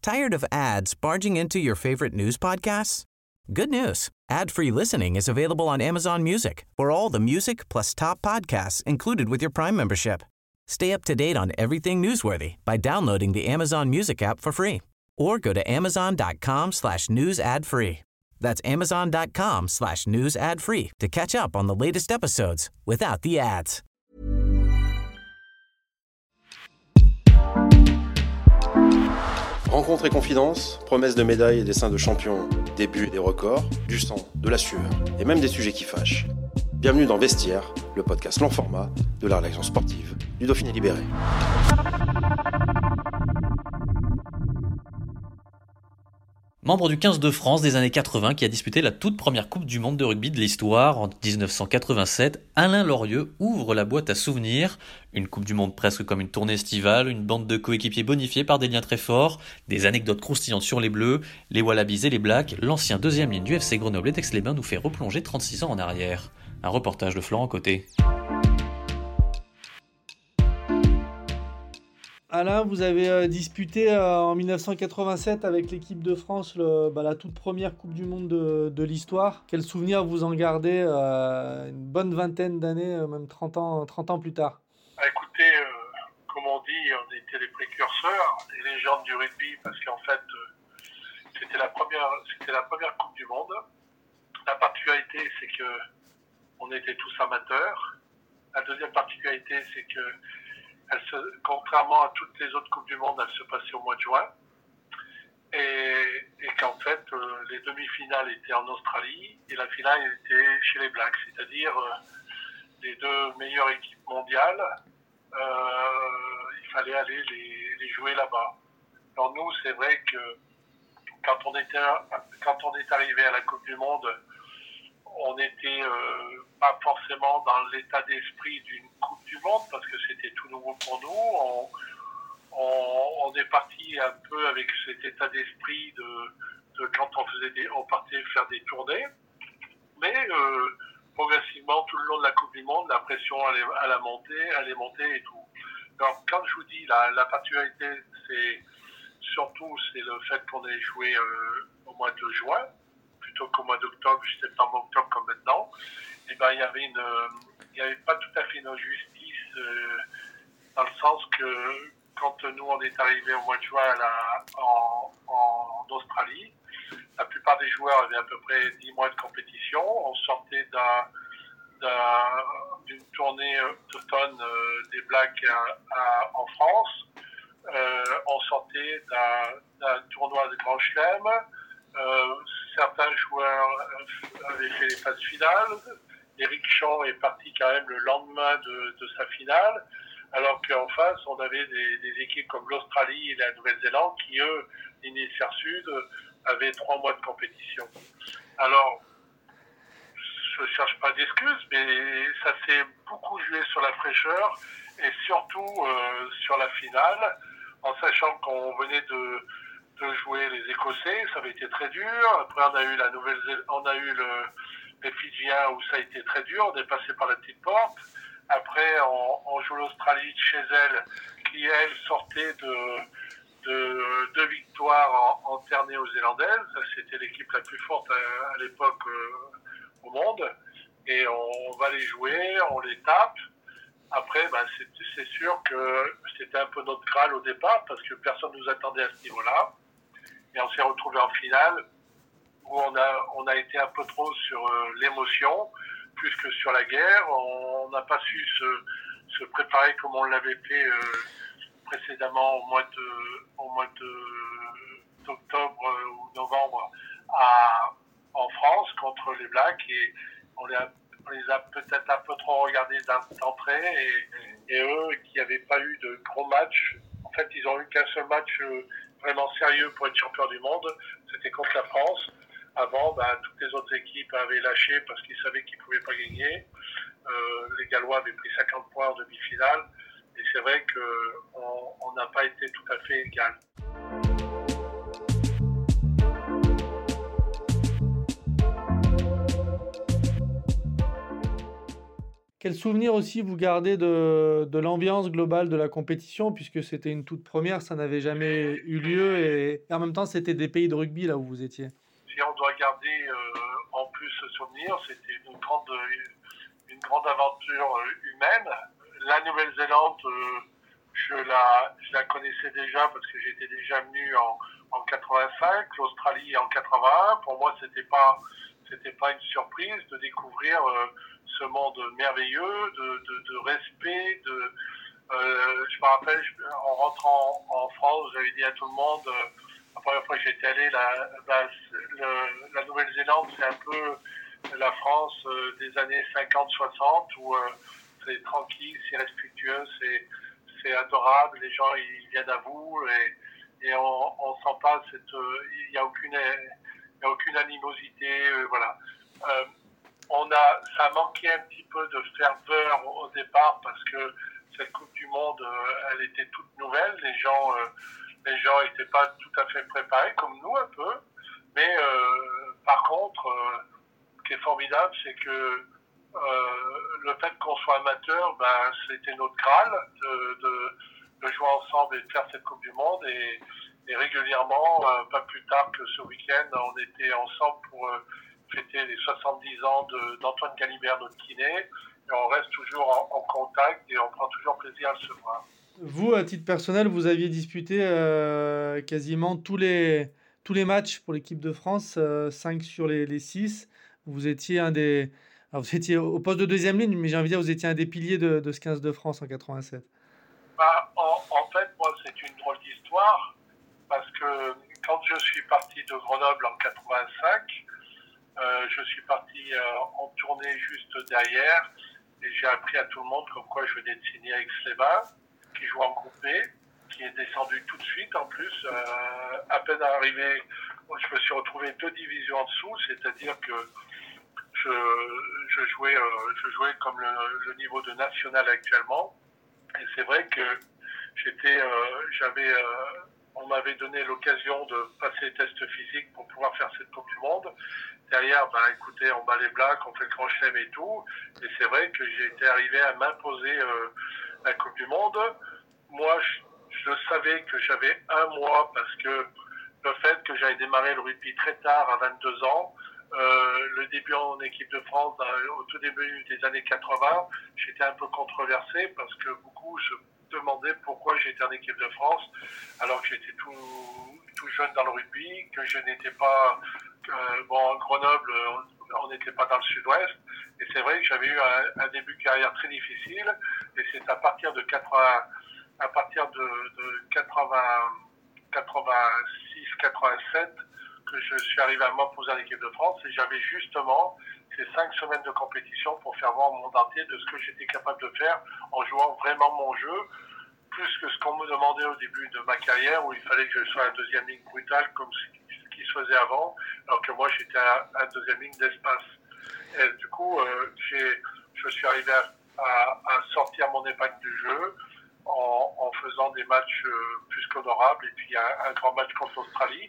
Tired of ads barging into your favorite news podcasts? Good news. Ad-free listening is available on Amazon Music for all the music plus top podcasts included with your Prime membership. Stay up to date on everything newsworthy by downloading the Amazon Music app for free or go to amazon.com/news ad free. That's amazon.com/news ad free to catch up on the latest episodes without the ads. Rencontres et confidences, promesses de médailles et dessins de champions, des buts et des records, du sang, de la sueur et même des sujets qui fâchent. Bienvenue dans Vestiaire, le podcast long format de la rédaction sportive du Dauphiné Libéré. Membre du 15 de France des années 80 qui a disputé la toute première Coupe du Monde de rugby de l'histoire en 1987, Alain Lorieux ouvre la boîte à souvenirs. Une Coupe du Monde presque comme une tournée estivale, une bande de coéquipiers bonifiés par des liens très forts, des anecdotes croustillantes sur les Bleus, les Wallabies et les Blacks. L'ancien deuxième ligne du FC Grenoble et d'Aix-les-Bains nous fait replonger 36 ans en arrière. Un reportage de Florent Côté. Alain, vous avez disputé en 1987 avec l'équipe de France la toute première Coupe du Monde de l'histoire. Quel souvenir vous en gardez une bonne vingtaine d'années, même 30 ans plus tard? Écoutez, comme on dit, on était les précurseurs, les légendes du rugby, parce qu'en fait, c'était la première Coupe du Monde. La particularité, c'est que on était tous amateurs. La deuxième particularité, c'est que contrairement à toutes les autres Coupes du Monde, elle se passait au mois de juin. Et qu'en fait, les demi-finales étaient en Australie et la finale était chez les Blacks, c'est-à-dire les deux meilleures équipes mondiales. Il fallait aller les jouer là-bas. Alors nous, c'est vrai que quand on est arrivé à la Coupe du Monde, on n'était pas forcément dans l'état d'esprit d'une Coupe du Monde parce que c'était tout nouveau pour nous. On est parti un peu avec cet état d'esprit de quand on partait faire des tournées. Mais progressivement, tout le long de la Coupe du Monde, la pression allait monter et tout. Alors quand je vous dis la particularité, c'est le fait qu'on ait joué au mois de juin plutôt qu'au mois d'octobre, septembre-octobre comme maintenant. Et ben il y avait pas tout à fait une justice dans le sens que quand nous on est arrivé au mois de juin en Australie, la plupart des joueurs avaient à peu près 10 mois de compétition. On sortait d'une tournée d'automne des Blacks en France. On sortait d'un tournoi de Grand Chelem. Certains joueurs avaient fait les phases finales. Éric Champ est parti quand même le lendemain de sa finale, alors qu'en face, on avait des équipes comme l'Australie et la Nouvelle-Zélande qui, eux, l'hémisphère sud, avaient 3 mois de compétition. Alors, je ne cherche pas d'excuses, mais ça s'est beaucoup joué sur la fraîcheur et surtout sur la finale, en sachant qu'on venait de jouer les Écossais, ça avait été très dur. Après, on a eu les Fidjiens où ça a été très dur. On est passé par la petite porte. Après, on joue l'Australie chez elle, qui elle sortait de 2 victoires en terre néo-zélandaise. C'était l'équipe la plus forte à l'époque au monde. Et on va les jouer, on les tape. Après, c'est sûr que c'était un peu notre Graal au départ parce que personne ne nous attendait à ce niveau-là. Et on s'est retrouvé en finale où on a été un peu trop sur l'émotion plus que sur la guerre. On n'a pas su se préparer comme on l'avait fait précédemment au mois d'octobre ou novembre en France contre les Blacks et on les a peut-être un peu trop regardés d'entrée et eux qui n'avaient pas eu de gros matchs. En fait, ils ont eu qu'un seul match vraiment sérieux pour être champion du monde, c'était contre la France. Avant, toutes les autres équipes avaient lâché parce qu'ils savaient qu'ils ne pouvaient pas gagner. Les Gallois avaient pris 50 points en demi-finale. Et c'est vrai qu'on n'a pas été tout à fait égal. Quel souvenir aussi vous gardez de l'ambiance globale de la compétition, puisque c'était une toute première, ça n'avait jamais eu lieu, et en même temps c'était des pays de rugby là où vous étiez. Si on doit garder en plus ce souvenir, c'était une grande aventure humaine. La Nouvelle-Zélande, je la connaissais déjà parce que j'étais déjà venu en 85, l'Australie en 81. Pour moi, c'était pas une surprise de découvrir ce monde merveilleux, de respect, je me rappelle, en rentrant en France, j'avais dit à tout le monde, la première fois que j'étais allé, la Nouvelle-Zélande, c'est un peu la France des années 50-60, où c'est tranquille, c'est respectueux, c'est adorable, les gens ils viennent à vous, et on sent pas il n'y a aucune animosité, voilà. Ça a manqué un petit peu de ferveur au départ parce que cette Coupe du Monde, elle était toute nouvelle. Les gens étaient pas tout à fait préparés, comme nous un peu. Mais par contre, ce qui est formidable, c'est que le fait qu'on soit amateur, c'était notre Graal de jouer ensemble et de faire cette Coupe du Monde. Et régulièrement, pas plus tard que ce week-end, on était ensemble pour fêter les 70 ans d'Antoine Galibert, notre kiné. Et on reste toujours en contact et on prend toujours plaisir à se voir. Vous, à titre personnel, vous aviez disputé quasiment tous les matchs pour l'équipe de France, 5 sur les 6. Vous étiez alors, vous étiez au poste de deuxième ligne, mais j'ai envie de dire vous étiez un des piliers de ce 15 de France en 87. En fait, moi, c'est une drôle d'histoire parce que quand je suis parti de Grenoble en 85, je suis parti en tournée juste derrière et j'ai appris à tout le monde comme quoi je venais de signer avec Aix-les-Bains, qui joue en groupe B, qui est descendu tout de suite en plus. À peine arrivé, je me suis retrouvé 2 divisions en dessous, c'est-à-dire que je jouais comme le niveau de national actuellement. Et c'est vrai que on m'avait donné l'occasion de passer les tests physiques pour pouvoir faire cette Coupe du Monde. Derrière, écoutez, on bat les Blacks, on fait le Grand Chelem et tout. Et c'est vrai que j'ai été arrivé à m'imposer la Coupe du Monde. Moi, je savais que j'avais un mois parce que le fait que j'avais démarré le rugby très tard, à 22 ans, le début en équipe de France, au tout début des années 80, j'étais un peu controversé parce que beaucoup se demandaient pourquoi j'étais en équipe de France alors que j'étais tout jeune dans le rugby, que je n'étais pas... à Grenoble, on n'était pas dans le sud-ouest. Et c'est vrai que j'avais eu un début de carrière très difficile. Et c'est à partir de 86-87 que je suis arrivé à m'imposer en équipe de France. Et j'avais justement ces 5 semaines de compétition pour faire voir au monde entier de ce que j'étais capable de faire en jouant vraiment mon jeu, plus que ce qu'on me demandait au début de ma carrière où il fallait que je sois un deuxième ligne brutal comme ce qui se faisait avant, alors que moi j'étais un deuxième ligne d'espace. Et du coup, je suis arrivé à sortir mon épingle du jeu en faisant des matchs plus qu'honorables et puis un grand match contre l'Australie.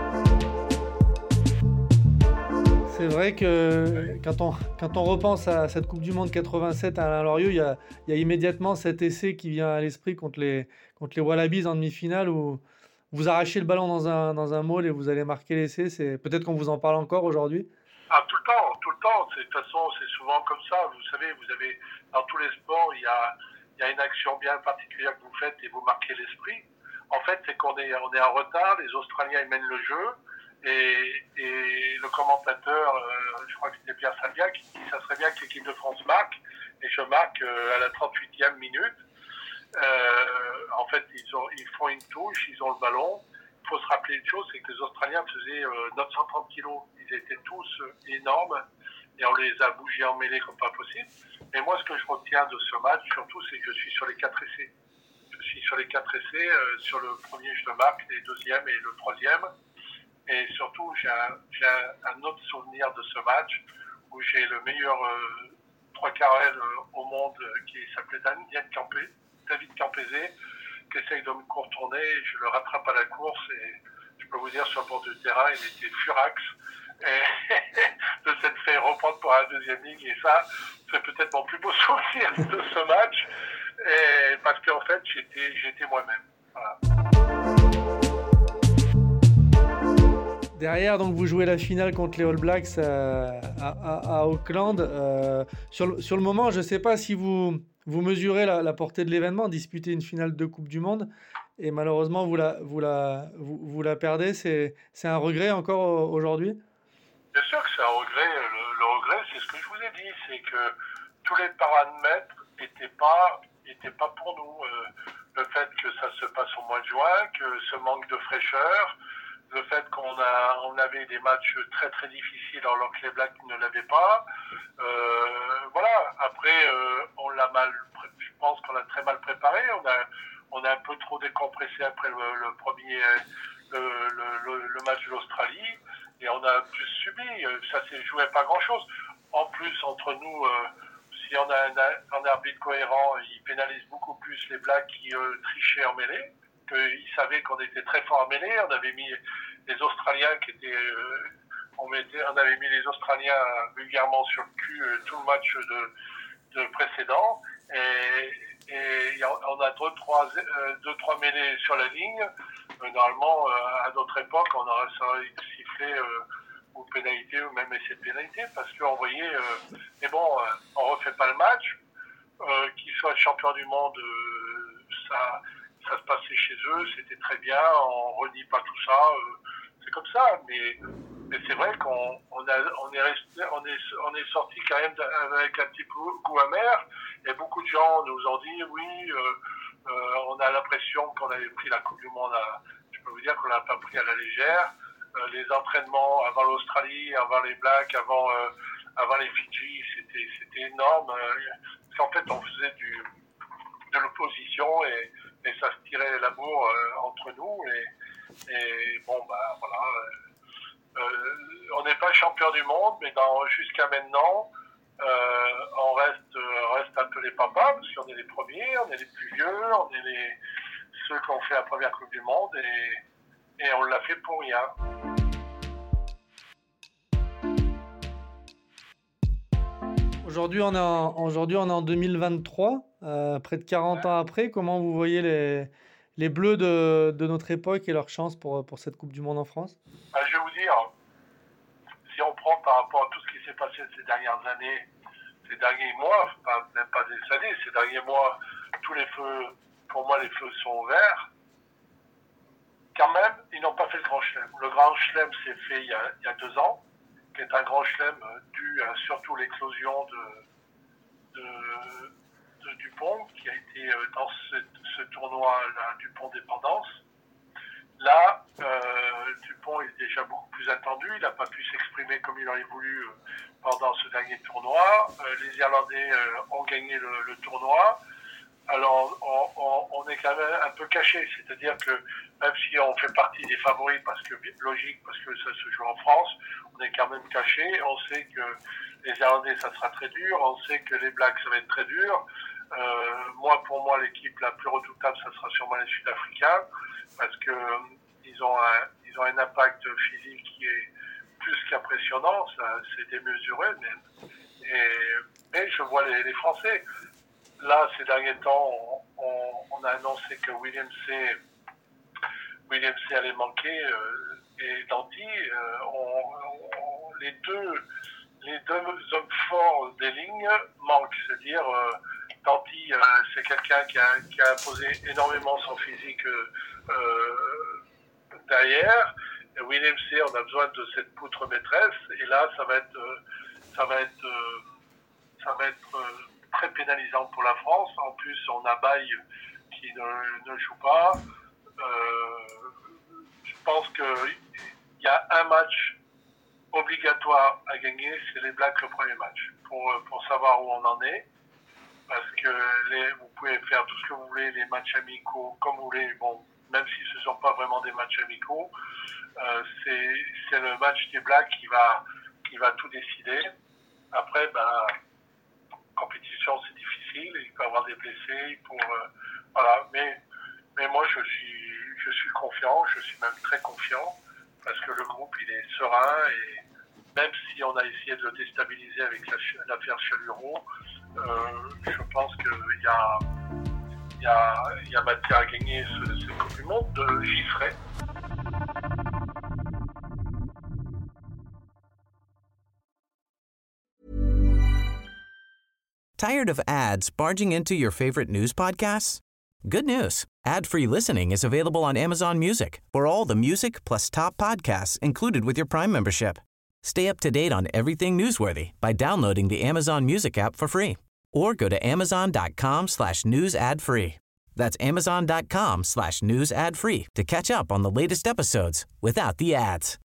C'est vrai que quand on repense à cette Coupe du Monde 87 à Alain Lorieux, il y a immédiatement cet essai qui vient à l'esprit contre les Wallabies en demi-finale où vous arrachez le ballon dans un maul et vous allez marquer l'essai. C'est peut-être qu'on vous en parle encore aujourd'hui. Tout le temps. De toute façon, c'est souvent comme ça. Vous savez, vous avez dans tous les sports, il y a une action bien particulière que vous faites et vous marquez l'esprit. En fait, c'est qu'on est en retard. Les Australiens ils mènent le jeu. Et le commentateur, je crois que c'était Pierre Salvia, qui dit ça serait bien que l'équipe de France marque. Et je marque à la 38e minute. En fait, ils font une touche, ils ont le ballon. Il faut se rappeler une chose, c'est que les Australiens faisaient 930 kilos. Ils étaient tous énormes et on les a bougés en mêlée comme pas possible. Mais moi, ce que je retiens de ce match, surtout, c'est que je suis sur les 4 essais. Je suis sur les 4 essais. Sur le premier, je le marque, les deuxièmes et le troisième. Et surtout, j'ai un autre souvenir de ce match où j'ai le meilleur 3 quarts au monde qui s'appelait David Campese, qui essaye de me contourner. Je le rattrape à la course et je peux vous dire, sur le bord du terrain, il était furax de s'être fait reprendre pour un deuxième ligne. Et ça, c'est peut-être mon plus beau souvenir de ce match, et parce qu'en fait, j'étais moi-même. Voilà. Derrière, donc, vous jouez la finale contre les All Blacks à Auckland. Sur le moment, je ne sais pas si vous mesurez la portée de l'événement, disputer une finale de Coupe du Monde, et malheureusement, vous la perdez. C'est un regret encore aujourd'hui? Bien sûr que c'est un regret. Le regret, c'est ce que je vous ai dit, c'est que tous les paramètres n'étaient pas pour nous. Le fait que ça se passe au mois de juin, que ce manque de fraîcheur, le fait qu'on avait des matchs très très difficiles alors que les Blacks ne l'avaient pas. Voilà. Après, je pense qu'on l'a très mal préparé. On a un peu trop décompressé après le match de l'Australie et on a plus subi. Ça s'est joué à pas grand chose. En plus, entre nous, si on a un arbitre cohérent, il pénalise beaucoup plus les Blacks qui trichaient en mêlée. Ils savaient qu'on était très fort en mêlée. On avait mis les Australiens qui étaient... on avait mis les Australiens vulgairement sur le cul tout le match de précédent. Et on a deux, trois mêlées sur la ligne. Normalement, à notre époque, on aurait sifflé ou pénalité ou même essai de pénalité parce qu'on voyait... mais bon, on refait pas le match. Qu'ils soient champions du monde, ça se passait chez eux, c'était très bien, on renie pas tout ça, c'est comme ça, mais c'est vrai qu'on est sorti quand même avec un petit goût amer, et beaucoup de gens nous ont dit oui, on a l'impression qu'on avait pris la Coupe du Monde, je peux vous dire qu'on l'a pas pris à la légère, les entraînements avant l'Australie, avant les Blacks, avant les Fidji, c'était énorme, parce qu'en fait on faisait de l'opposition et ça se tirait la bourre entre nous et bon bah voilà, on n'est pas champion du monde mais jusqu'à maintenant on reste un peu les papas parce qu'on est les premiers, on est les plus vieux, on est ceux qui ont fait la première Coupe du Monde et on l'a fait pour rien. Aujourd'hui, on est en 2023, près de 40 ans après. Comment vous voyez les Bleus de notre époque et leurs chances pour cette Coupe du Monde en France? Je vais vous dire, si on prend par rapport à tout ce qui s'est passé ces dernières années, ces derniers mois, même pas des années, ces derniers mois, tous les feux, pour moi, les feux sont ouverts. Quand même, ils n'ont pas fait le Grand Chelem. Le Grand Chelem s'est fait il y a 2 ans, qui est un Grand Chelem dû à surtout l'éclosion de Dupont, qui a été dans ce tournoi-là, Dupont Dépendance. Là, Dupont est déjà beaucoup plus attendu. Il n'a pas pu s'exprimer comme il aurait voulu pendant ce dernier tournoi. Les Irlandais ont gagné le tournoi. Alors, on est quand même un peu caché. C'est-à-dire que même si on fait partie des favoris, parce que ça se joue en France, on est quand même caché. On sait que les Irlandais, ça sera très dur. On sait que les Blacks, ça va être très dur. Pour moi, l'équipe la plus redoutable, ça sera sûrement les Sud-Africains, parce que ils ont un impact physique qui est plus qu'impressionnant, c'est démesuré même. Mais je vois les Français. Là, ces derniers temps, on a annoncé que William C allait manquer et Danty. Les deux hommes forts des lignes manquent, c'est-à-dire Danty, c'est quelqu'un qui a imposé énormément son physique derrière. Et William C, on a besoin de cette poutre maîtresse. Et là, ça va être très pénalisant pour la France. En plus, on a Baye qui ne joue pas. Je pense qu'il y a un match obligatoire à gagner, c'est les Blacks le premier match, pour savoir où on en est. Parce que vous pouvez faire tout ce que vous voulez, les matchs amicaux, comme vous voulez, bon, même si ce ne sont pas vraiment des matchs amicaux, c'est le match des Blacks qui va tout décider. Après, compétition, c'est difficile, il peut y avoir des blessés, voilà. Mais moi, je suis confiant, je suis même très confiant, parce que le groupe, il est serein même si on a essayé de le déstabiliser avec l'affaire Chalureau, je pense qu'il y a matière à gagner cette Coupe du Monde. J'y serai. Tired of ads barging into your favorite news podcasts? Good news. Ad-free listening is available on Amazon Music for all the music plus top podcasts included with your Prime membership. Stay up to date on everything newsworthy by downloading the Amazon Music app for free or go to amazon.com/news ad free. That's amazon.com/news ad free to catch up on the latest episodes without the ads.